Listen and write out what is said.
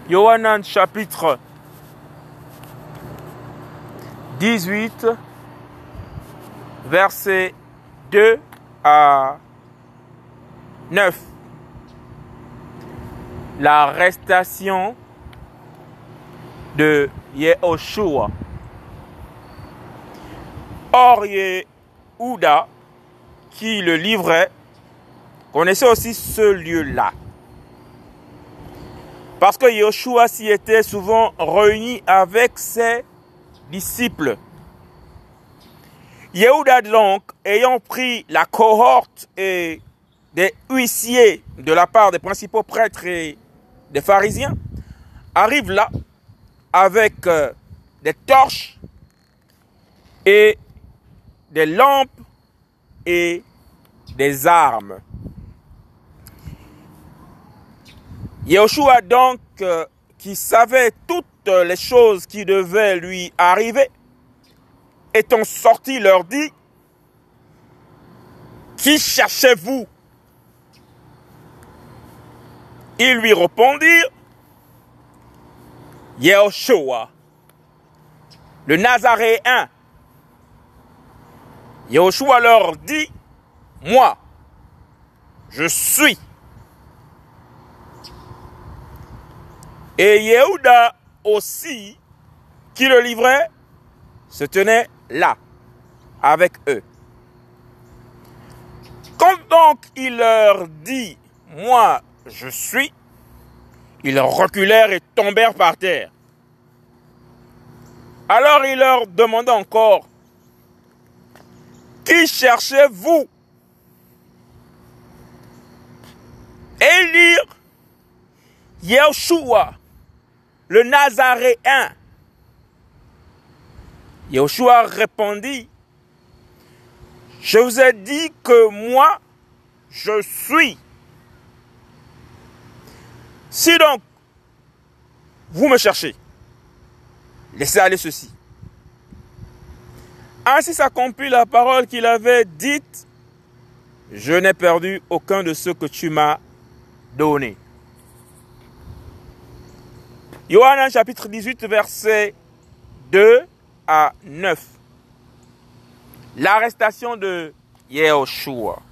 Yohanan chapitre 18, versets 2 à 9. L'arrestation de Yehoshua. Or, Yehuda, qui le livrait, connaissait aussi ce lieu-là. Parce que Yehoshua s'y était souvent réuni avec ses disciples. Yehuda donc, ayant pris la cohorte et des huissiers de la part des principaux prêtres et des pharisiens, arrive là avec des torches et des lampes et des armes. Yehoshua donc, qui savait toutes les choses qui devaient lui arriver, étant sorti, leur dit: qui cherchez-vous? Ils lui répondirent: Yehoshua, le Nazaréen. Yehoshua leur dit: moi, je suis. Et Yehuda aussi, qui le livrait, se tenait là, avec eux. Quand donc il leur dit: moi, je suis, ils reculèrent et tombèrent par terre. Alors il leur demanda encore: qui cherchez-vous? Et ils dirent: Yehoshua, le Nazaréen. Yehoshua répondit: je vous ai dit que moi, je suis. Si donc vous me cherchez, laissez aller ceci. Ainsi s'accomplit la parole qu'il avait dite: je n'ai perdu aucun de ceux que tu m'as donné. Yohanan chapitre 18, versets 2 à 9. L'arrestation de Yehoshua.